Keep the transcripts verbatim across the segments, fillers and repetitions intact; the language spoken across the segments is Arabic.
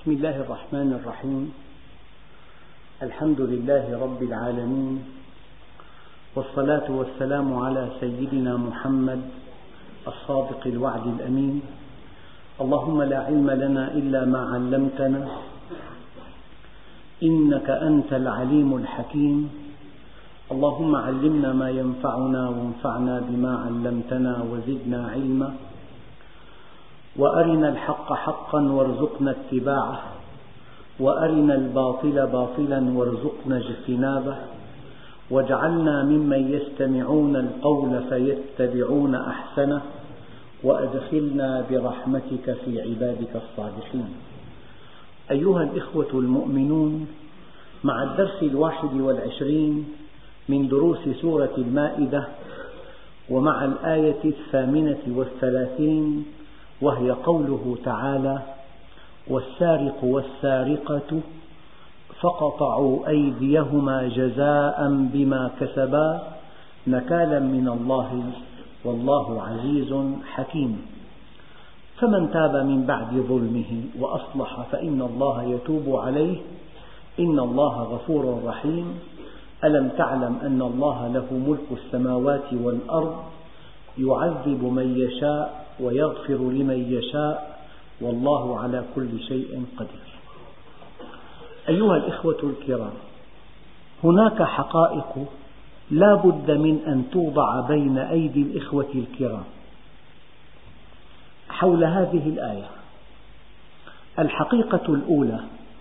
بسم الله الرحمن الرحيم. الحمد لله رب العالمين، والصلاة والسلام على سيدنا محمد الصادق الوعد الأمين. اللهم لا علم لنا إلا ما علمتنا إنك أنت العليم الحكيم. اللهم علمنا ما ينفعنا وانفعنا بما علمتنا وزدنا علما، وأرنا الحق حقا وارزقنا اتباعه، وأرنا الباطل باطلا وارزقنا اجتنابه، واجعلنا ممن يستمعون القول فيتبعون أحسنه، وأدخلنا برحمتك في عبادك الصالحين. أيها الإخوة المؤمنون، مع الدرس الواحد والعشرين من دروس سورة المائدة، ومع الآية الثامنة والثلاثين، وهي قوله تعالى: والسارق والسارقة فقطعوا أيديهما جزاء بما كسبا نكالا من الله والله عزيز حكيم. فمن تاب من بعد ظلمه وأصلح فإن الله يتوب عليه إن الله غفور رحيم. ألم تعلم أن الله له ملك السماوات والأرض يعذب من يشاء ويغفر لمن يشاء والله على كل شيء قدير. أيها الإخوة الكرام، هناك حقائق لا بد من أن توضع بين أيدي الإخوة الكرام حول هذه الآية. الحقيقة الأولى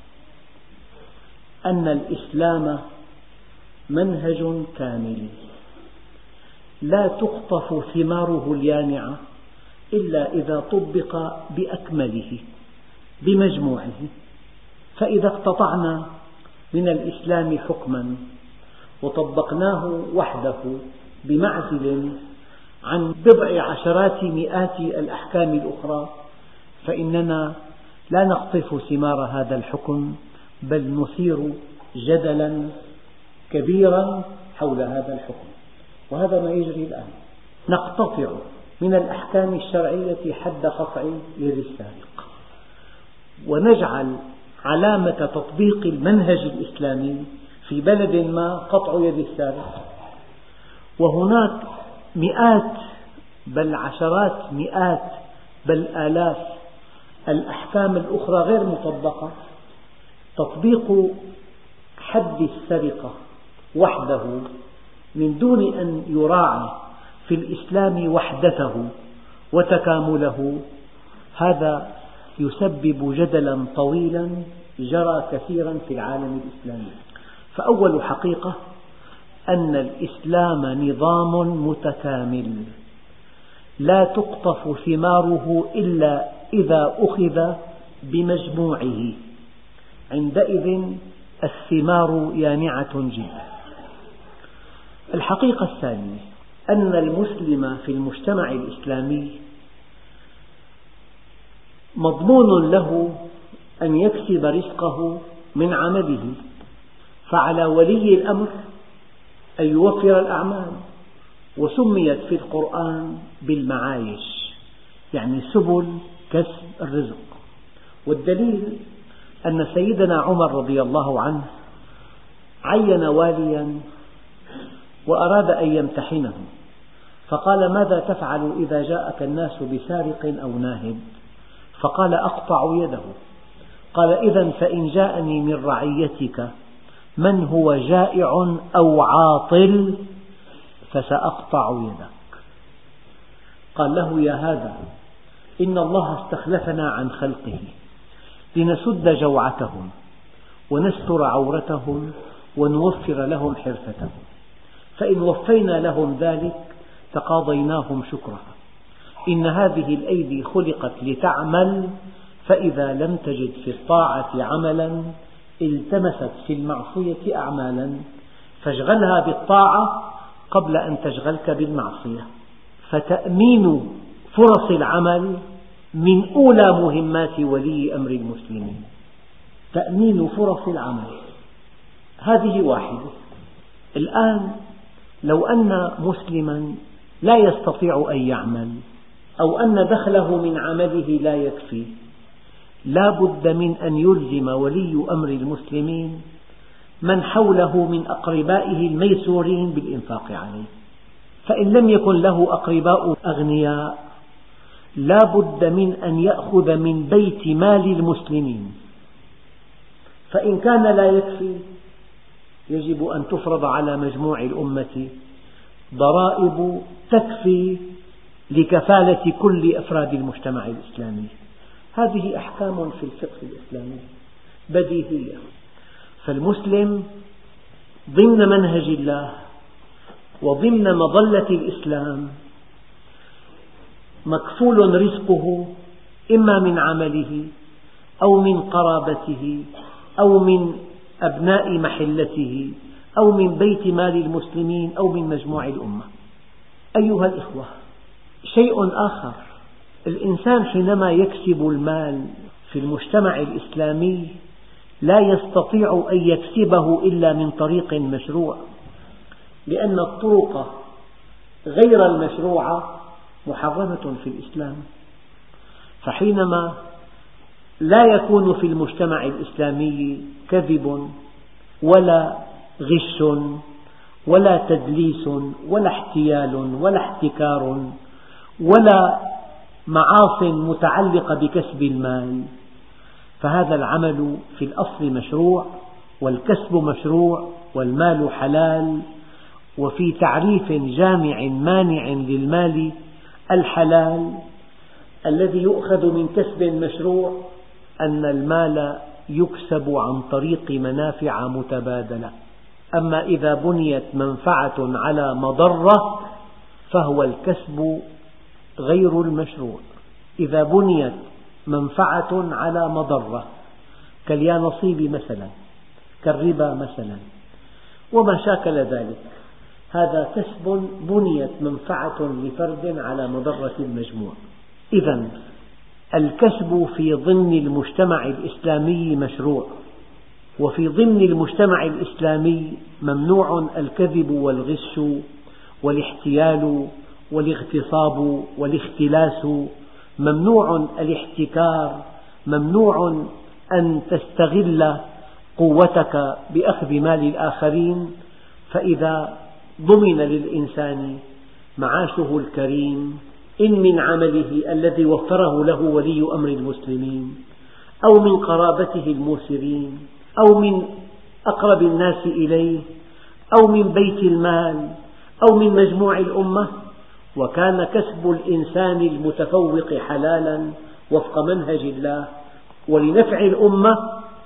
أن الإسلام منهج كامل لا تقطف ثماره اليانعة إلا إذا طبق بأكمله بمجموعه. فإذا اقتطعنا من الإسلام حكما وطبقناه وحده بمعزل عن بضع عشرات مئات الأحكام الأخرى، فإننا لا نقطف ثمار هذا الحكم، بل نثير جدلا كبيرا حول هذا الحكم. وهذا ما يجري الآن. نقتطع من الأحكام الشرعية حد قطع يد السارق، ونجعل علامة تطبيق المنهج الإسلامي في بلد ما قطع يد السارق، وهناك مئات بل عشرات مئات بل آلاف الأحكام الأخرى غير مطبقة. تطبيق حد السرقة وحده من دون أن يراعي في الإسلام وحدته وتكامله، هذا يسبب جدلا طويلا جرى كثيرا في العالم الإسلامي. فأول حقيقة أن الإسلام نظام متكامل لا تقطف ثماره إلا إذا أخذ بمجموعه، عندئذ الثمار يانعة جدا. الحقيقة الثانية أن المسلم في المجتمع الإسلامي مضمون له أن يكسب رزقه من عمله، فعلى ولي الأمر أن يوفر الأعمال، وسميت في القرآن بالمعايش، يعني سبل كسب الرزق. والدليل أن سيدنا عمر رضي الله عنه عين واليا وأراد أن يمتحنه، فقال: ماذا تفعل إذا جاءك الناس بسارق أو ناهب؟ فقال: أقطع يده. قال: إذن فإن جاءني من رعيتك من هو جائع أو عاطل فسأقطع يدك. قال له: يا هذا، إن الله استخلفنا عن خلقه لنسد جوعتهم ونستر عورتهم ونوفر لهم حرفتهم، فإن وفينا لهم ذلك تقاضيناهم شكرها. إن هذه الأيدي خلقت لتعمل، فإذا لم تجد في الطاعة عملا التمست في المعصية أعمالا، فاشغلها بالطاعة قبل أن تشغلك بالمعصية. فتأمين فرص العمل من أولى مهمات ولي أمر المسلمين، تأمين فرص العمل، هذه واحدة. الآن لو أن مسلما لا يستطيع أن يعمل، أو أن دخله من عمله لا يكفي، لا بد من أن يلزم ولي أمر المسلمين من حوله من أقربائه الميسورين بالإنفاق عليه، فإن لم يكن له أقرباء أغنياء لا بد من أن يأخذ من بيت مال المسلمين، فإن كان لا يكفي يجب أن تفرض على مجموع الأمة ضرائب تكفي لكفالة كل أفراد المجتمع الإسلامي. هذه أحكام في الفقه الإسلامي بديهية، فالمسلم ضمن منهج الله وضمن مظلة الإسلام مكفول رزقه إما من عمله أو من قرابته أو من أبناء محلته أو من بيت مال المسلمين أو من مجموع الأمة. أيها الإخوة، شيء آخر، الإنسان حينما يكسب المال في المجتمع الإسلامي لا يستطيع أن يكسبه إلا من طريق مشروع، لأن الطرق غير المشروعة محرمة في الإسلام. فحينما لا يكون في المجتمع الإسلامي كذب ولا غش ولا تدليس ولا احتيال ولا احتكار ولا معاصٍ متعلقة بكسب المال، فهذا العمل في الأصل مشروع والكسب مشروع والمال حلال. وفي تعريف جامع مانع للمال الحلال الذي يؤخذ من كسب مشروع أن المال يكسب عن طريق منافع متبادلة، أما إذا بنيت منفعة على مضرة فهو الكسب غير المشروع. إذا بنيت منفعة على مضرة كاليانصيب مثلا، كالربا مثلا وما شاكل ذلك، هذا كسب بنيت منفعة لفرد على مضرة المجموع. إذن الكسب في ضمن المجتمع الإسلامي مشروع، وفي ضمن المجتمع الإسلامي ممنوع الكذب والغش والاحتيال والاغتصاب والاختلاس، ممنوع الاحتكار، ممنوع أن تستغل قوتك بأخذ مال الآخرين. فإذا ضمن للإنسان معاشه الكريم إن من عمله الذي وفره له ولي أمر المسلمين أو من قرابته الموسرين أو من أقرب الناس إليه أو من بيت المال أو من مجموع الأمة، وكان كسب الإنسان المتفوق حلالا وفق منهج الله ولنفع الأمة،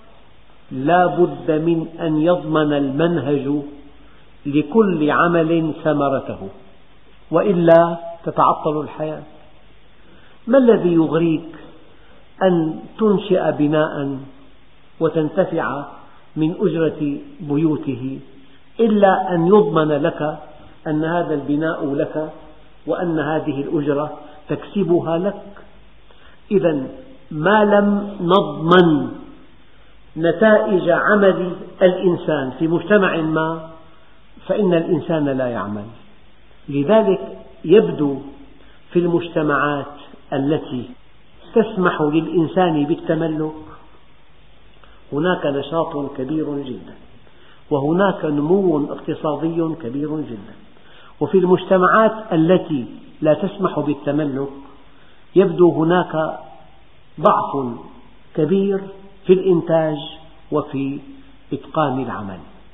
لا بد من أن يضمن المنهج لكل عمل ثمرته، وإلا تتعطل الحياة. ما الذي يغريك أن تنشئ بناء وتنتفع من أجرة بيوته إلا أن يضمن لك أن هذا البناء لك وأن هذه الأجرة تكسبها لك؟ إذن ما لم نضمن نتائج عمل الإنسان في مجتمع ما فإن الإنسان لا يعمل. لذلك يبدو في المجتمعات التي تسمح للإنسان بالتملك هناك نشاط كبير جدا وهناك نمو اقتصادي كبير جدا، وفي المجتمعات التي لا تسمح بالتملك يبدو هناك ضعف كبير في الإنتاج وفي إتقان العمل.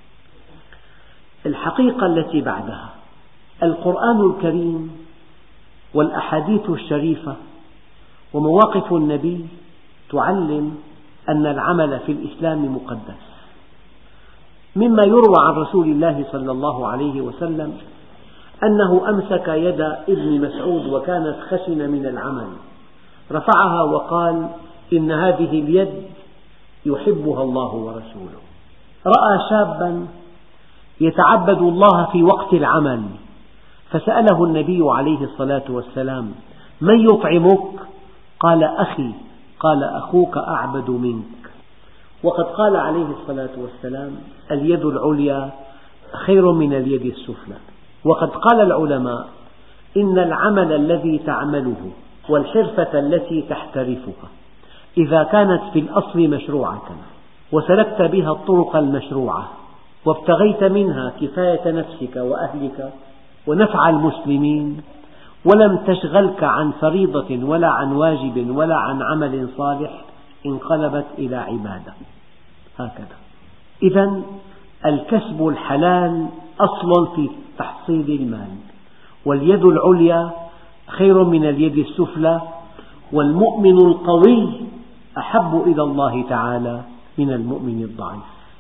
الحقيقة التي بعدها القرآن الكريم والأحاديث الشريفة ومواقف النبي تعلم أن العمل في الإسلام مقدس. مما يروى عن رسول الله صلى الله عليه وسلم أنه أمسك يد ابن مسعود وكانت خشنة من العمل، رفعها وقال: إن هذه اليد يحبها الله ورسوله. رأى شابا يتعبد الله في وقت العمل فسأله النبي عليه الصلاة والسلام: من يطعمك؟ قال: أخي. قال: أخوك أعبد منك. وقد قال عليه الصلاة والسلام: اليد العليا خير من اليد السفلى. وقد قال العلماء: إن العمل الذي تعمله والحرفة التي تحترفها إذا كانت في الأصل مشروعة وسلكت بها الطرق المشروعة وابتغيت منها كفاية نفسك وأهلك ونفع المسلمين ولم تشغلك عن فريضة ولا عن واجب ولا عن عمل صالح انقلبت إلى عبادة. هكذا. إذن الكسب الحلال أصل في تحصيل المال، واليد العليا خير من اليد السفلى، والمؤمن القوي أحب إلى الله تعالى من المؤمن الضعيف.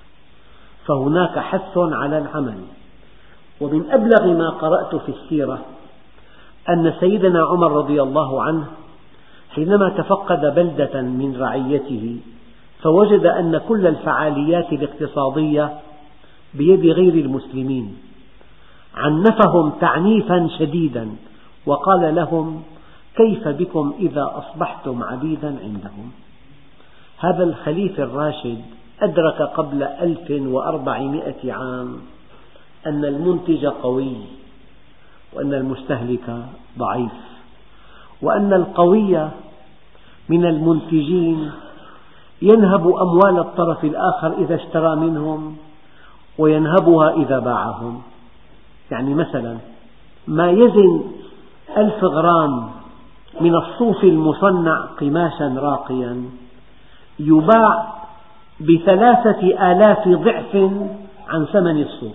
فهناك حث على العمل. ومن أبلغ ما قرأت في السيرة أن سيدنا عمر رضي الله عنه حينما تفقد بلدة من رعيته فوجد أن كل الفعاليات الاقتصادية بيد غير المسلمين، عنفهم تعنيفا شديدا وقال لهم: كيف بكم إذا أصبحتم عبيدا عندهم؟ هذا الخليفة الراشد أدرك قبل ألف وأربعمائة عام أن المنتج قوي وأن المستهلك ضعيف، وأن القوي من المنتجين ينهب أموال الطرف الآخر إذا اشترى منهم وينهبها إذا باعهم. يعني مثلا ما يزن ألف غرام من الصوف المصنع قماشا راقيا يباع بثلاثة آلاف ضعف عن ثمن الصوف.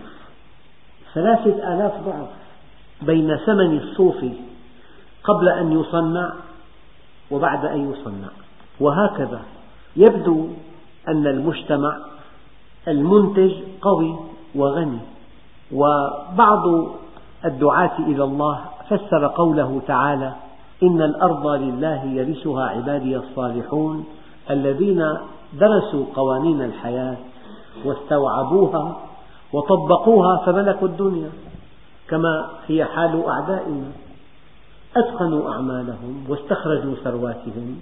ثلاثة آلاف ضعف بين ثمن الصوف قبل أن يصنع وبعد أن يصنع. وهكذا يبدو أن المجتمع المنتج قوي وغني. وبعض الدعاة إلى الله فسر قوله تعالى: إن الأرض لله يرثها عبادي الصالحون الذين درسوا قوانين الحياة واستوعبوها وطبقوها فملكوا الدنيا، كما هي حال أعدائنا، أتقنوا أعمالهم واستخرجوا ثرواتهم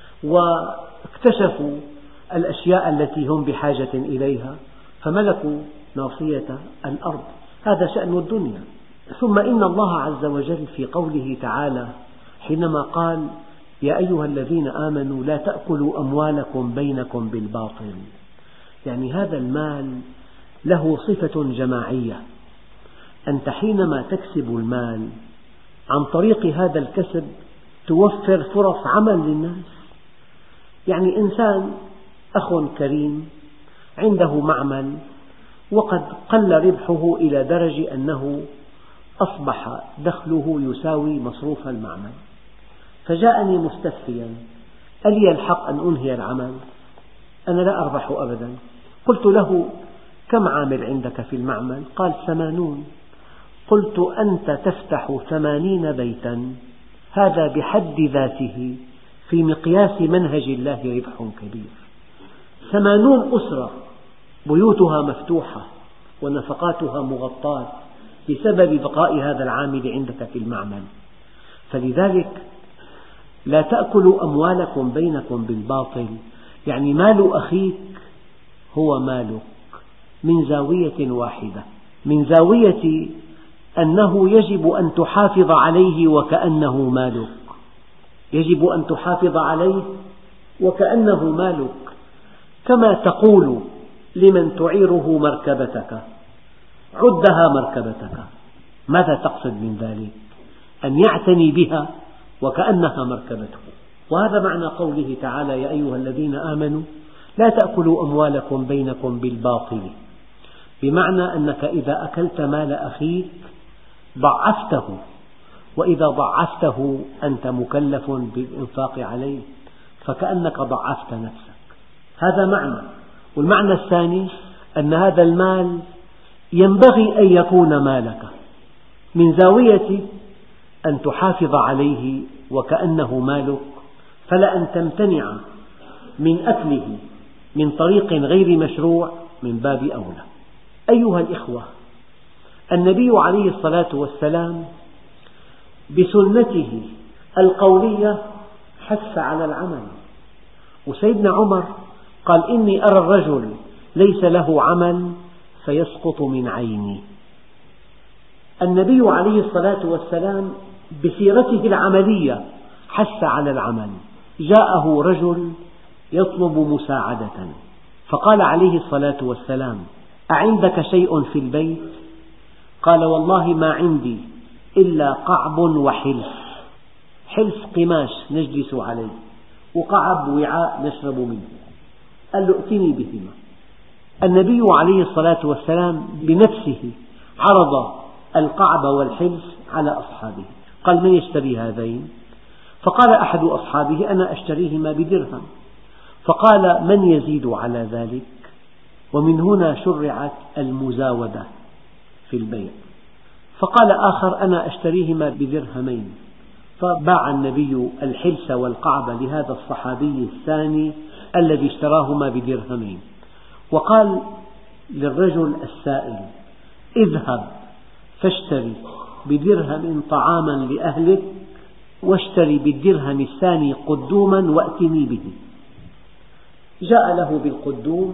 واكتشفوا الأشياء التي هم بحاجة إليها فملكوا ناصية الأرض. هذا شأن الدنيا. ثم إن الله عز وجل في قوله تعالى حينما قال: يا أيها الذين آمنوا لا تأكلوا أموالكم بينكم بالباطل، يعني هذا المال له صفة جماعية. أنت حينما تكسب المال عن طريق هذا الكسب توفر فرص عمل للناس. يعني إنسان أخ كريم عنده معمل وقد قل ربحه إلى درجة أنه أصبح دخله يساوي مصروف المعمل، فجاءني مستفتيا: ألي الحق أن أنهي العمل؟ أنا لا أربح أبدا. قلت له: كم عامل عندك في المعمل؟ قال: ثمانون. قلت: أنت تفتح ثمانين بيتا، هذا بحد ذاته في مقياس منهج الله ربح كبير. ثمانون أسرة بيوتها مفتوحة ونفقاتها مغطاة بسبب بقاء هذا العامل عندك في المعمل. فلذلك لا تأكلوا أموالكم بينكم بالباطل، يعني مال أخيك هو مالك من زاوية واحدة، من زاوية أنه يجب أن تحافظ عليه وكأنه مالك، يجب أن تحافظ عليه وكأنه مالك، كما تقول لمن تعيره مركبتك: عدها مركبتك. ماذا تقصد من ذلك؟ أن يعتني بها وكأنها مركبته. وهذا معنى قوله تعالى: يا أيها الذين آمنوا لا تأكلوا أموالكم بينكم بالباطل، بمعنى أنك إذا أكلت مال أخيك ضعفته، وإذا ضعفته أنت مكلف بالإنفاق عليه، فكأنك ضعفت نفسك. هذا معنى. والمعنى الثاني أن هذا المال ينبغي أن يكون مالك من زاوية أن تحافظ عليه وكأنه مالك، فلا أن تمتنع من أكله من طريق غير مشروع من باب أولى. أيها الإخوة، النبي عليه الصلاة والسلام بسنته القولية حث على العمل. وسيدنا عمر قال: إني أرى الرجل ليس له عمل فيسقط من عيني. النبي عليه الصلاة والسلام بسيرته العملية حث على العمل. جاءه رجل يطلب مساعدة، فقال عليه الصلاة والسلام: أعندك شيء في البيت؟ قال: والله ما عندي إلا قعب وحلف. حلف قماش نجلس عليه، وقعب وعاء نشرب منه. قال له: ائتني بهما. النبي عليه الصلاة والسلام بنفسه عرض القعب والحلف على أصحابه، قال: من يشتري هذين؟ فقال أحد أصحابه: أنا أشتريهما بدرهم. فقال: من يزيد على ذلك؟ ومن هنا شرعت المزاودة في البيع. فقال آخر: أنا أشتريهما بدرهمين. فباع النبي الحلس والقعب لهذا الصحابي الثاني الذي اشتراهما بدرهمين، وقال للرجل السائل: اذهب فاشتري بدرهم طعاما لأهلك، واشتري بالدرهم الثاني قدوما وأتني به. جاء له بالقدوم.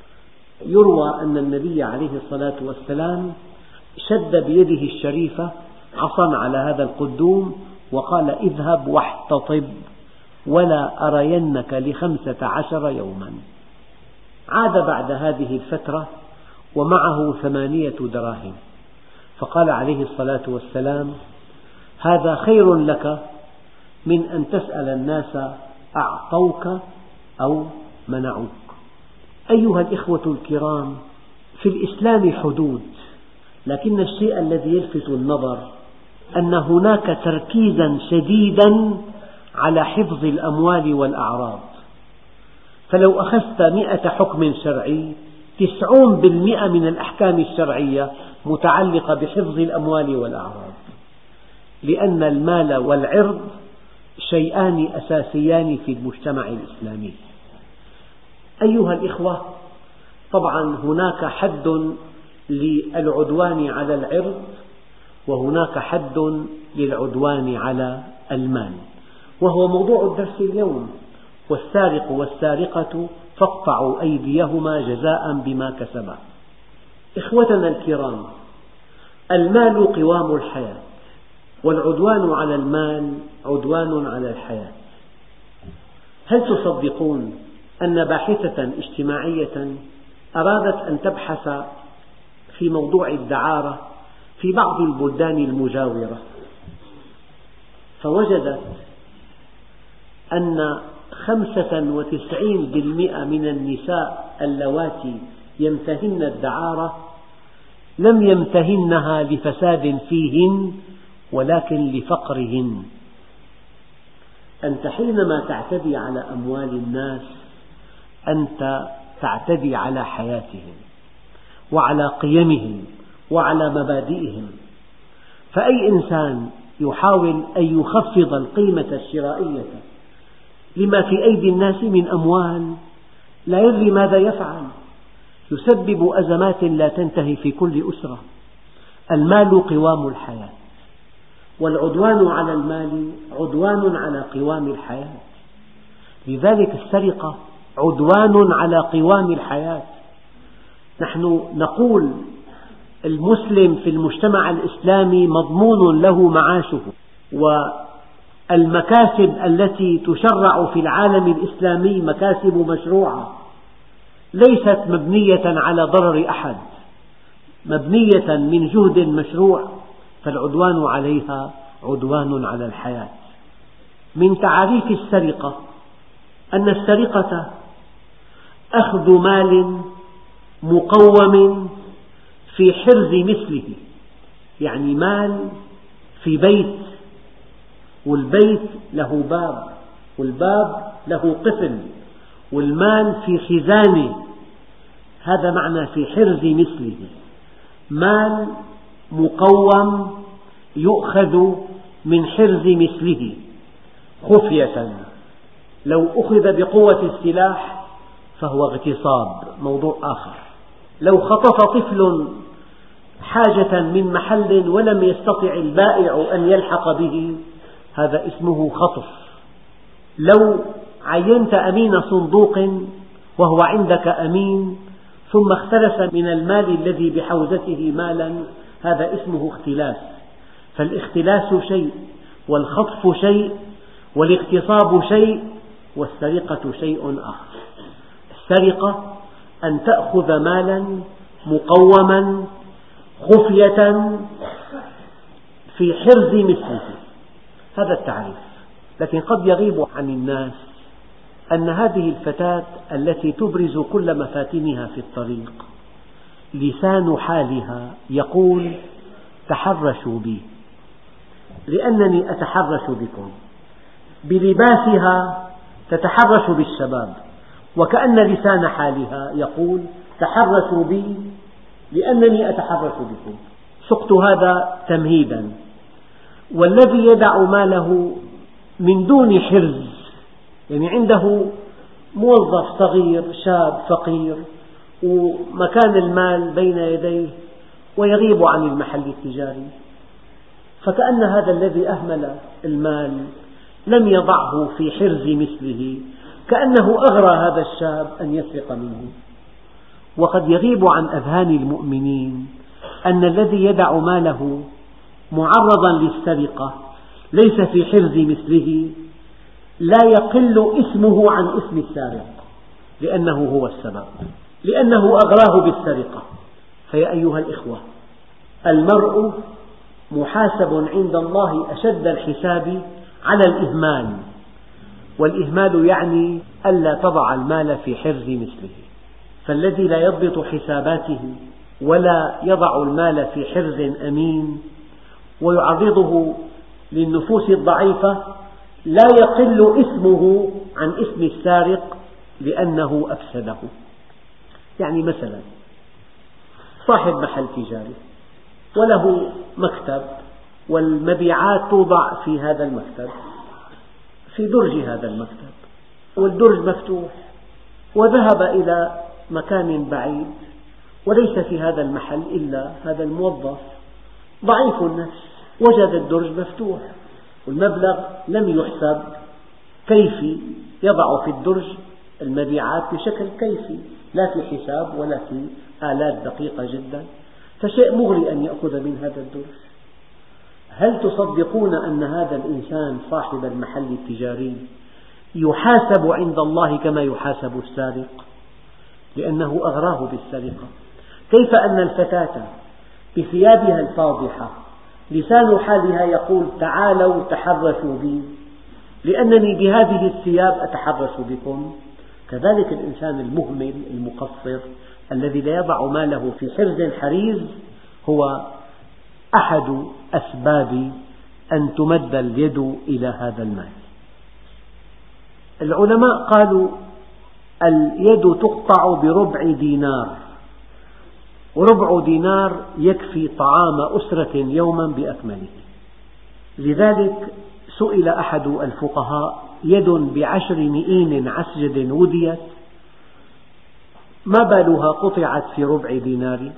يروى أن النبي عليه الصلاة والسلام شد بيده الشريفة عصا على هذا القدوم وقال: اذهب واحتطب ولا أرينك لخمسة عشر يوما. عاد بعد هذه الفترة ومعه ثمانية دراهم، فقال عليه الصلاة والسلام: هذا خير لك من أن تسأل الناس أعطوك أو منعوك. أيها الإخوة الكرام، في الإسلام حدود، لكن الشيء الذي يلفت النظر أن هناك تركيزا شديدا على حفظ الأموال والأعراض. فلو أخذت مئة حكم شرعي، تسعون بالمئة من الأحكام الشرعية متعلقة بحفظ الأموال والأعراض، لأن المال والعرض شيئان أساسيان في المجتمع الإسلامي. أيها الإخوة، طبعا هناك حد للعدوان على العرض، وهناك حد للعدوان على المال، وهو موضوع الدرس اليوم: والسارق والسارقة فاقطعوا أيديهما جزاء بما كسبا. إخوتنا الكرام، المال قوام الحياة، والعدوان على المال عدوان على الحياة. هل تصدقون أن باحثة اجتماعية أرادت أن تبحث في موضوع الدعارة في بعض البلدان المجاورة، فوجدت أن خمسة وتسعين بالمئة من النساء اللواتي يمتهن الدعارة لم يمتهنها لفساد فيهن، ولكن لفقرهن. أنت حينما تعتدي على أموال الناس أنت تعتدي على حياتهم وعلى قيمهم وعلى مبادئهم. فأي إنسان يحاول أن يخفض القيمة الشرائية لما في أيدي الناس من أموال لا يدري ماذا يفعل، يسبب أزمات لا تنتهي في كل أسرة. المال قوام الحياة، والعدوان على المال عدوان على قوام الحياة. لذلك السرقة عدوان على قوام الحياة. نحن نقول المسلم في المجتمع الإسلامي مضمون له معاشه، والمكاسب التي تشرع في العالم الإسلامي مكاسب مشروعة ليست مبنية على ضرر أحد، مبنية من جهد مشروع، فالعدوان عليها عدوان على الحياة. من تعريف السرقة أن السرقة أخذ مال مقوم في حرز مثله، يعني مال في بيت، والبيت له باب، والباب له قفل، والمال في خزانة. هذا معنى في حرز مثله، مال مقوم يؤخذ من حرز مثله خفية. لو أخذ بقوة السلاح فهو اغتصاب، موضوع آخر. لو خطف طفل حاجة من محل ولم يستطع البائع أن يلحق به، هذا اسمه خطف. لو عينت أمين صندوق وهو عندك أمين ثم اختلس من المال الذي بحوزته مالا، هذا اسمه اختلاس. فالاختلاس شيء، والخطف شيء، والاغتصاب شيء، والسرقة شيء آخر. السرقة أن تأخذ مالا مقوما خفية في حرز مثله، هذا التعريف. لكن قد يغيب عن الناس أن هذه الفتاة التي تبرز كل مفاتنها في الطريق لسان حالها يقول: تحرشوا بي لأنني أتحرش بكم. بلباسها تتحرش بالشباب، وكأن لسان حالها يقول: تحرشوا بي لأنني أتحرش بكم. سقت هذا تمهيدا. والذي يدع ماله من دون حرز، يعني عنده موظف صغير شاب فقير ومكان المال بين يديه ويغيب عن المحل التجاري، فكأن هذا الذي أهمل المال لم يضعه في حرز مثله، كأنه أغرى هذا الشاب أن يسرق منه. وقد يغيب عن أذهان المؤمنين أن الذي يدع ماله معرضا للسرقة ليس في حرز مثله لا يقل اسمه عن اسم السارق، لأنه هو السبب، لأنه أغراه بالسرقة. فيا أيها الإخوة، المرء محاسب عند الله أشد الحساب على الإهمال، والإهمال يعني ألا تضع المال في حرز مثله. فالذي لا يضبط حساباته ولا يضع المال في حرز أمين ويعرضه للنفوس الضعيفة لا يقل اسمه عن اسم السارق لأنه أفسده. يعني مثلا صاحب محل تجاري وله مكتب، والمبيعات توضع في هذا المكتب في درج هذا المكتب، والدرج مفتوح، وذهب إلى مكان بعيد وليس في هذا المحل إلا هذا الموظف ضعيف النفس، وجد الدرج مفتوح والمبلغ لم يحسب كيفي، يضع في الدرج المبيعات بشكل كيفي لا في حساب ولا في آلات دقيقة جدا، فشيء مغري أن يأخذ من هذا الدرج. هل تصدقون أن هذا الإنسان صاحب المحل التجاري يحاسب عند الله كما يحاسب السارق؟ لأنه أغراه بالسرقة. كيف أن الفتاة بثيابها الفاضحة لسان حالها يقول: تعالوا تحرشوا بي لأنني بهذه الثياب أتحرش بكم. كذلك الإنسان المهمل المقصر الذي لا يضع ماله في حرز حريز هو أحد أسباب أن تمد اليد إلى هذا المال. العلماء قالوا: اليد تقطع بربع دينار، وربع دينار يكفي طعام أسرة يوما بأكمله. لذلك سئل أحد الفقهاء: يد بعشر مئين عسجد وديت ما بالها قطعت في ربع دينار؟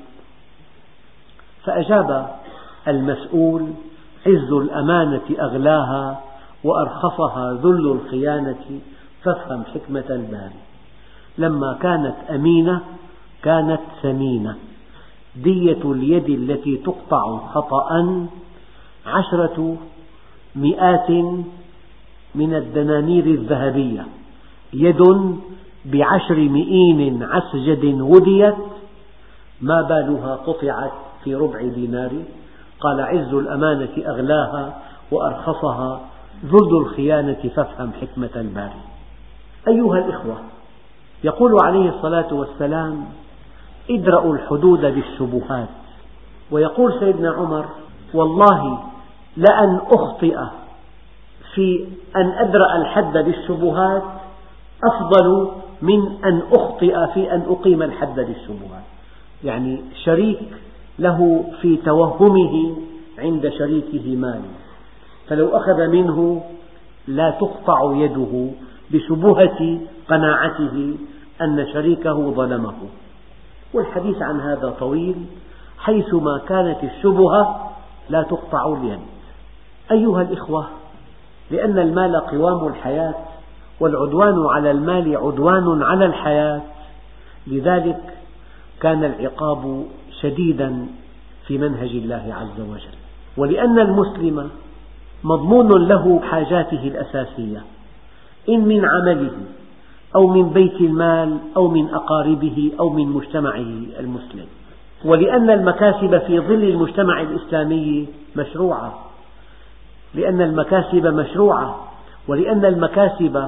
فأجاب المسؤول: عز الأمانة أغلاها وأرخصها ذل الخيانة، فافهم حكمة الباري. لما كانت أمينة كانت ثمينة. دية اليد التي تقطع خطأ عشرة مئات من الدنانير الذهبية. يد بعشر مئين عسجد وديت ما بالها قطعت في ربع دينار؟ قال: عز الأمانة أغلاها وأرخصها ذل الخيانة، فافهم حكمة الباري. أيها الإخوة، يقول عليه الصلاة والسلام: ادرأوا الحدود بالشبهات. ويقول سيدنا عمر: والله لأن أخطئ في أن أدرأ الحد بالشبهات أفضل من أن أخطئ في أن أقيم الحد بالشبهات. يعني شريك له في توهمه عند شريكه مال، فلو أخذ منه لا تقطع يده بشبهة قناعته أن شريكه ظلمه. والحديث عن هذا طويل، حيثما كانت الشبهة لا تقطع اليد. أيها الإخوة، لأن المال قوام الحياة، والعدوان على المال عدوان على الحياة، لذلك كان العقاب شديدا في منهج الله عز وجل. ولأن المسلم مضمون له حاجاته الأساسية، إن من عمله أو من بيت المال أو من أقاربه أو من مجتمعه المسلم. ولأن المكاسب في ظل المجتمع الإسلامي مشروعة، لأن المكاسب مشروعة ولأن المكاسب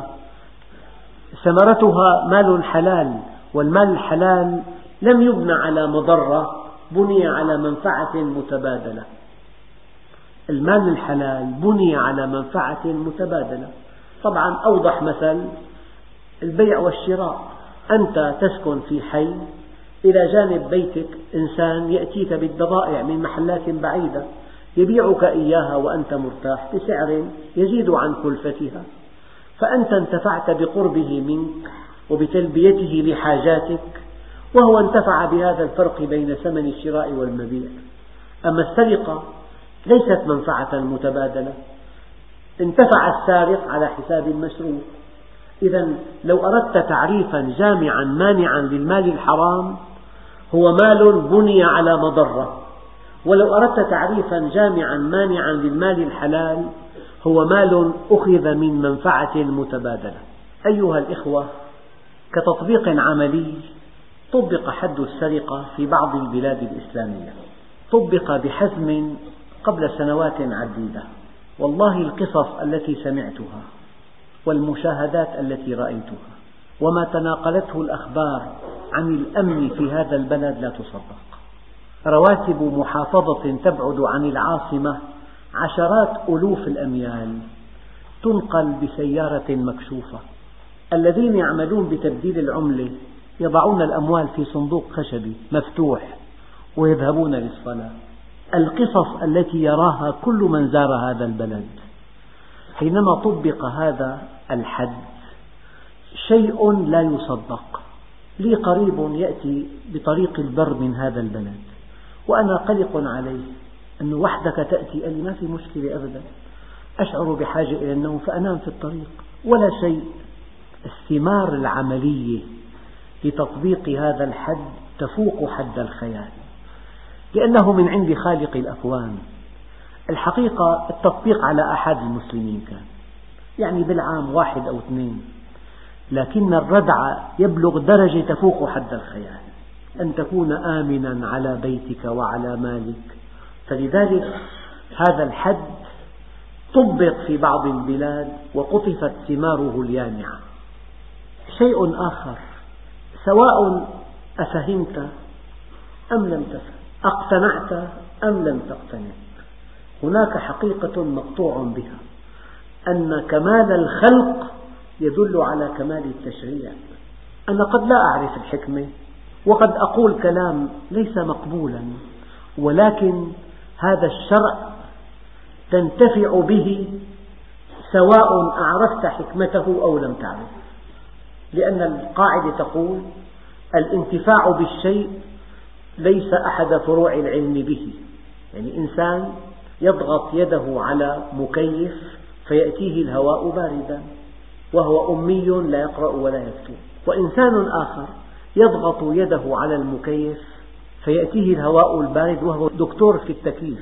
ثمرتها مال حلال، والمال الحلال لم يبنى على مضرة، بني على منفعة متبادلة. المال الحلال بني على منفعة متبادلة. طبعا أوضح مثل البيع والشراء، أنت تسكن في حي، إلى جانب بيتك إنسان يأتيك بالبضائع من محلات بعيدة يبيعك إياها وأنت مرتاح بسعر يزيد عن كلفتها، فأنت انتفعت بقربه منك وبتلبيته لحاجاتك، وهو انتفع بهذا الفرق بين ثمن الشراء والمبيع. أما السرقة ليست منفعة متبادلة، انتفع السارق على حساب المسروق. إذا لو أردت تعريفا جامعا مانعا للمال الحرام هو مال بني على مضرة، ولو أردت تعريفا جامعا مانعا للمال الحلال هو مال أخذ من منفعة متبادلة. أيها الإخوة، كتطبيق عملي طبق حد السرقة في بعض البلاد الإسلامية، طبق بحزم قبل سنوات عديدة. والله القصص التي سمعتها والمشاهدات التي رأيتها وما تناقلته الأخبار عن الأمن في هذا البلد لا تصدق. رواتب محافظة تبعد عن العاصمة عشرات ألوف الأميال تنقل بسيارة مكشوفة. الذين يعملون بتبديل العملة يضعون الأموال في صندوق خشبي مفتوح ويذهبون للصلاة. القصص التي يراها كل من زار هذا البلد. حينما طبق هذا الحد شيء لا يصدق. لي قريب يأتي بطريق البر من هذا البلد وأنا قلق عليه، أنه وحدك تأتي، قال لي ما في مشكلة أبدا، أشعر بحاجة إلى النوم فأنام في الطريق ولا شيء. الثمار العملية لتطبيق هذا الحد تفوق حد الخيال، لأنه من عند خالق الأكوان. الحقيقة التطبيق على أحد المسلمين كان، يعني بالعام واحد أو اثنين، لكن الردع يبلغ درجة تفوق حد الخيال، أن تكون آمنا على بيتك وعلى مالك. فلذلك هذا الحد طبق في بعض البلاد وقطفت ثماره اليانعة. شيء آخر، سواء أفهمت أم لم تفهم، أقتنعت أم لم تقتنع، هناك حقيقة مقطوع بها، أن كمال الخلق يدل على كمال التشريع. أنا قد لا أعرف الحكمة وقد أقول كلام ليس مقبولا، ولكن هذا الشرع تنتفع به سواء أعرفت حكمته أو لم تعرف، لأن القاعدة تقول الانتفاع بالشيء ليس أحد فروع العلم به. يعني إنسان يضغط يده على مكيف فيأتيه الهواء باردا وهو أمي لا يقرأ ولا يكتب، وإنسان آخر يضغط يده على المكيف فيأتيه الهواء البارد وهو دكتور في التكييف.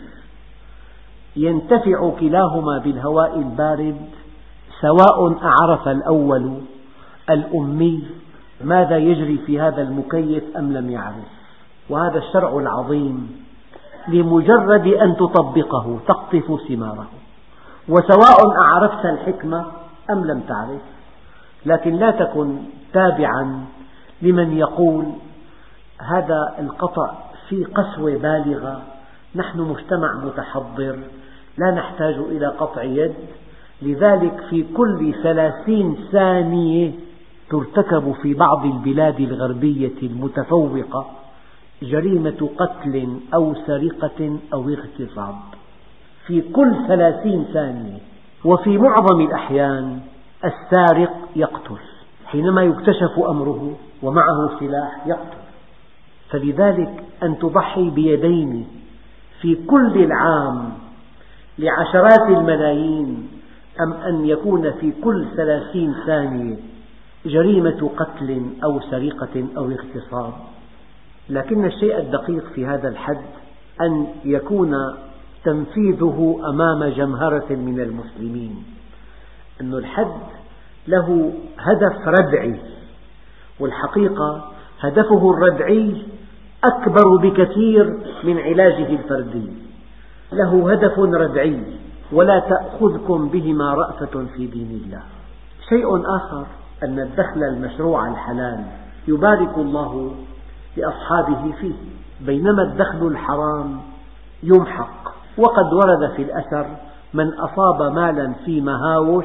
ينتفع كلاهما بالهواء البارد سواء أعرف الأول الأمي ماذا يجري في هذا المكيف أم لم يعرف. وهذا الشرع العظيم لمجرد أن تطبقه تقطف ثماره، وسواء أعرفت الحكمة أم لم تعرف. لكن لا تكن تابعا لمن يقول هذا القطع في قسوة بالغة، نحن مجتمع متحضر لا نحتاج إلى قطع يد، لذلك في كل ثلاثين ثانية ترتكب في بعض البلاد الغربية المتفوقة جريمة قتل أو سرقة أو اغتصاب، في كل ثلاثين ثانية. وفي معظم الأحيان السارق يقتل، حينما يكتشف أمره ومعه سلاح يقتل. فلذلك أن تضحي بيدين في كل العام لعشرات الملايين، أم أن يكون في كل ثلاثين ثانية جريمة قتل أو سرقة أو اغتصاب. لكن الشيء الدقيق في هذا الحد أن يكون تنفيذه أمام جمهرة من المسلمين، أن الحد له هدف ردعي، والحقيقة هدفه الردعي أكبر بكثير من علاجه الفردي. له هدف ردعي: ولا تأخذكم بهما رأفة في دين الله. شيء آخر أن الدخل المشروع الحلال يبارك الله لأصحابه فيه، بينما الدخل الحرام يمحق. وقد ورد في الأثر: من أصاب مالا في مهاوش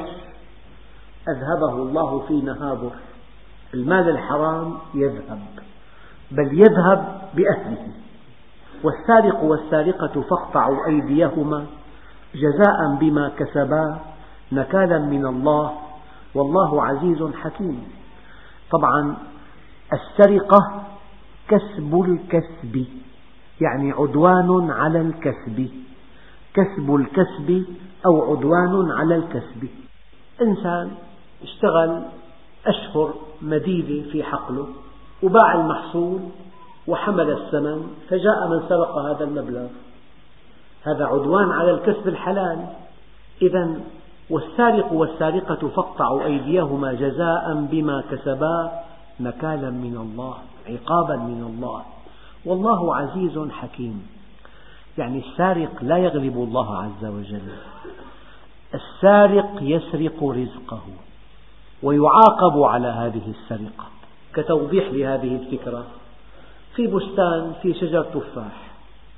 أذهبه الله في نهابر. المال الحرام يذهب، بل يذهب بأهله. والسارق والسارقة فاقطعوا أيديهما جزاء بما كسبا نكالا من الله والله عزيز حكيم. طبعا السرقة كسب الكسب، يعني عدوان على الكسب، كسب الكسب أو عدوان على الكسب. إنسان اشتغل أشهر مديدة في حقله وباع المحصول وحمل الثمن، فجاء من سرق هذا المبلغ، هذا عدوان على الكسب الحلال. إذن والسارق والسارقة فاقطعوا أيديهما جزاء بما كسبا نكالا من الله، عقابا من الله والله عزيز حكيم. يعني السارق لا يغلب الله عز وجل، السارق يسرق رزقه ويعاقب على هذه السرقة. كتوضيح لهذه الفكرة: في بستان في شجر تفاح،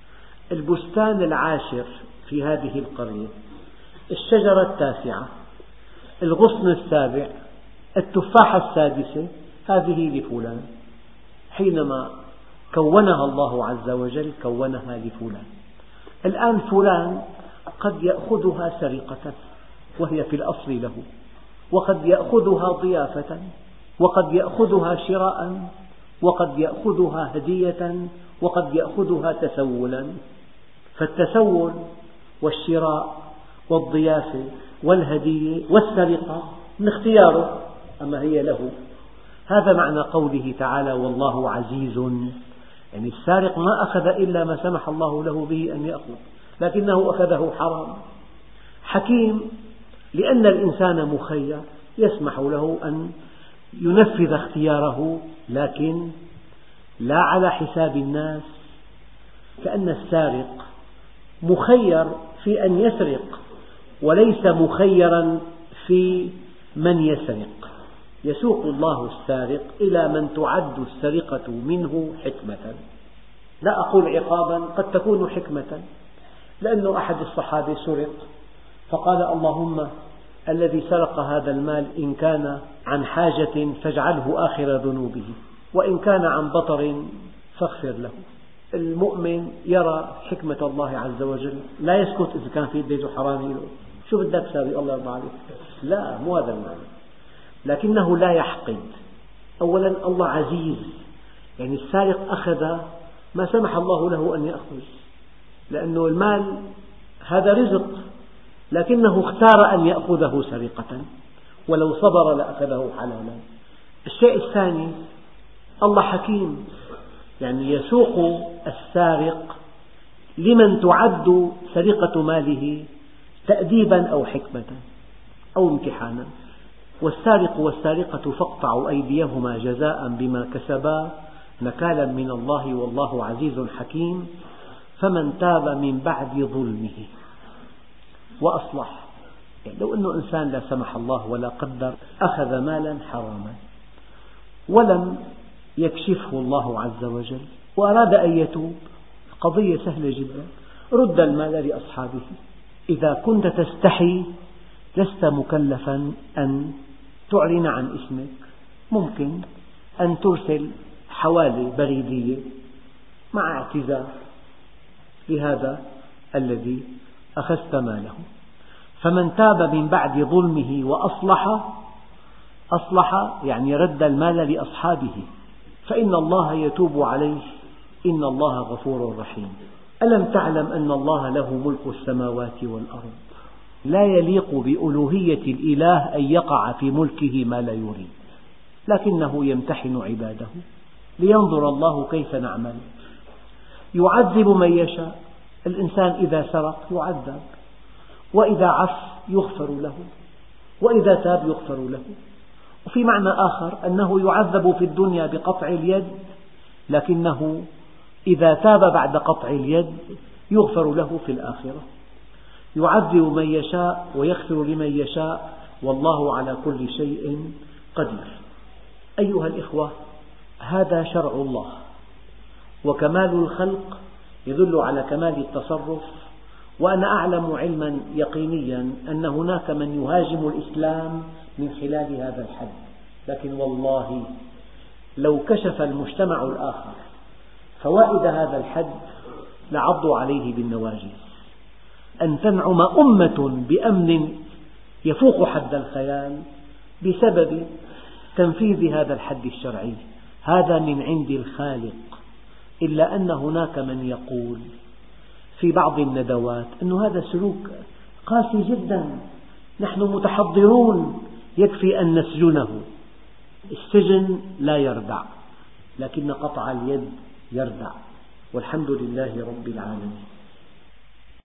البستان العاشر في هذه القرية، الشجرة التاسعة، الغصن السابع، التفاحة السادسة، هذه لفلان. حينما كونها الله عز وجل كونها لفلان. الآن فلان قد يأخذها سرقة وهي في الأصل له، وقد يأخذها ضيافة، وقد يأخذها شراء، وقد يأخذها هدية، وقد يأخذها تسولا. فالتسول والشراء والضيافة والهدية والسرقة من اختياره، أما هي له. هذا معنى قوله تعالى: والله عزيز. يعني السارق ما أخذ إلا ما سمح الله له به أن يأخذ، لكنه أخذه حرام. حكيم لأن الإنسان مخير، يسمح له أن ينفذ اختياره، لكن لا على حساب الناس. كأن السارق مخير في أن يسرق وليس مخيرا في من يسرق. يسوق الله السارق إلى من تعد السرقة منه حكمة، لا أقول عقابا، قد تكون حكمة. لأن أحد الصحابة سرق فقال: اللهم الذي سرق هذا المال إن كان عن حاجة فاجعله آخر ذنوبه، وإن كان عن بطر فاغفر له. المؤمن يرى حكمة الله عز وجل، لا يسكت إذا كان في بيته حرامي له: شو بدك تساوي الله يرضى عليك؟ لا، مو هذا المعنى. لكنه لا يحقد. أولا الله عزيز، يعني السارق أخذ ما سمح الله له أن يأخذ، لأن المال هذا رزق، لكنه اختار أن يأخذه سرقة، ولو صبر لأخذه حلالا. الشيء الثاني: الله حكيم، يعني يسوق السارق لمن تعد سرقة ماله تأديبا أو حكمة أو امتحانا. والسارق والسارقة فاقطعوا أيديهما جزاء بما كسبا نكالا من الله والله عزيز حكيم. فمن تاب من بعد ظلمه وأصلح، يعني لو أنه إنسان لا سمح الله ولا قدر أخذ مالا حراما ولم يكشفه الله عز وجل وأراد أن يتوب، قضية سهلة جدا: رد المال لأصحابه. إذا كنت تستحي لست مكلفا أن تعلن عن اسمك، ممكن أن ترسل حوالة بريدية مع اعتذار لهذا الذي أخذت ماله. فمن تاب من بعد ظلمه وأصلح، أصلح يعني رد المال لأصحابه، فإن الله يتوب عليه إن الله غفور رحيم. ألم تعلم أن الله له ملك السماوات والأرض؟ لا يليق بألوهية الإله أن يقع في ملكه ما لا يريد، لكنه يمتحن عباده لينظر الله كيف نعمل. يعذب من يشاء، الإنسان إذا سرق يعذب، وإذا عف يغفر له، وإذا تاب يغفر له. وفي معنى آخر أنه يعذب في الدنيا بقطع اليد، لكنه إذا تاب بعد قطع اليد يغفر له في الآخرة. يعذب من يشاء ويغفر لمن يشاء، والله على كل شيء قدير. أيها الإخوة، هذا شرع الله، وكمال الخلق يدل على كمال التصرف. وأنا أعلم علما يقينيا أن هناك من يهاجم الإسلام من خلال هذا الحد، لكن والله لو كشف المجتمع الآخر فوائد هذا الحد لعضوا عليه بالنواجذ. أن تنعم أمة بأمن يفوق حد الخيال بسبب تنفيذ هذا الحد الشرعي، هذا من عند الخالق. إلا أن هناك من يقول في بعض الندوات أن هذا سلوك قاسي جدا، نحن متحضرون يكفي أن نسجنه. السجن لا يردع، لكن قطع اليد يردع، والحمد لله رب العالمين.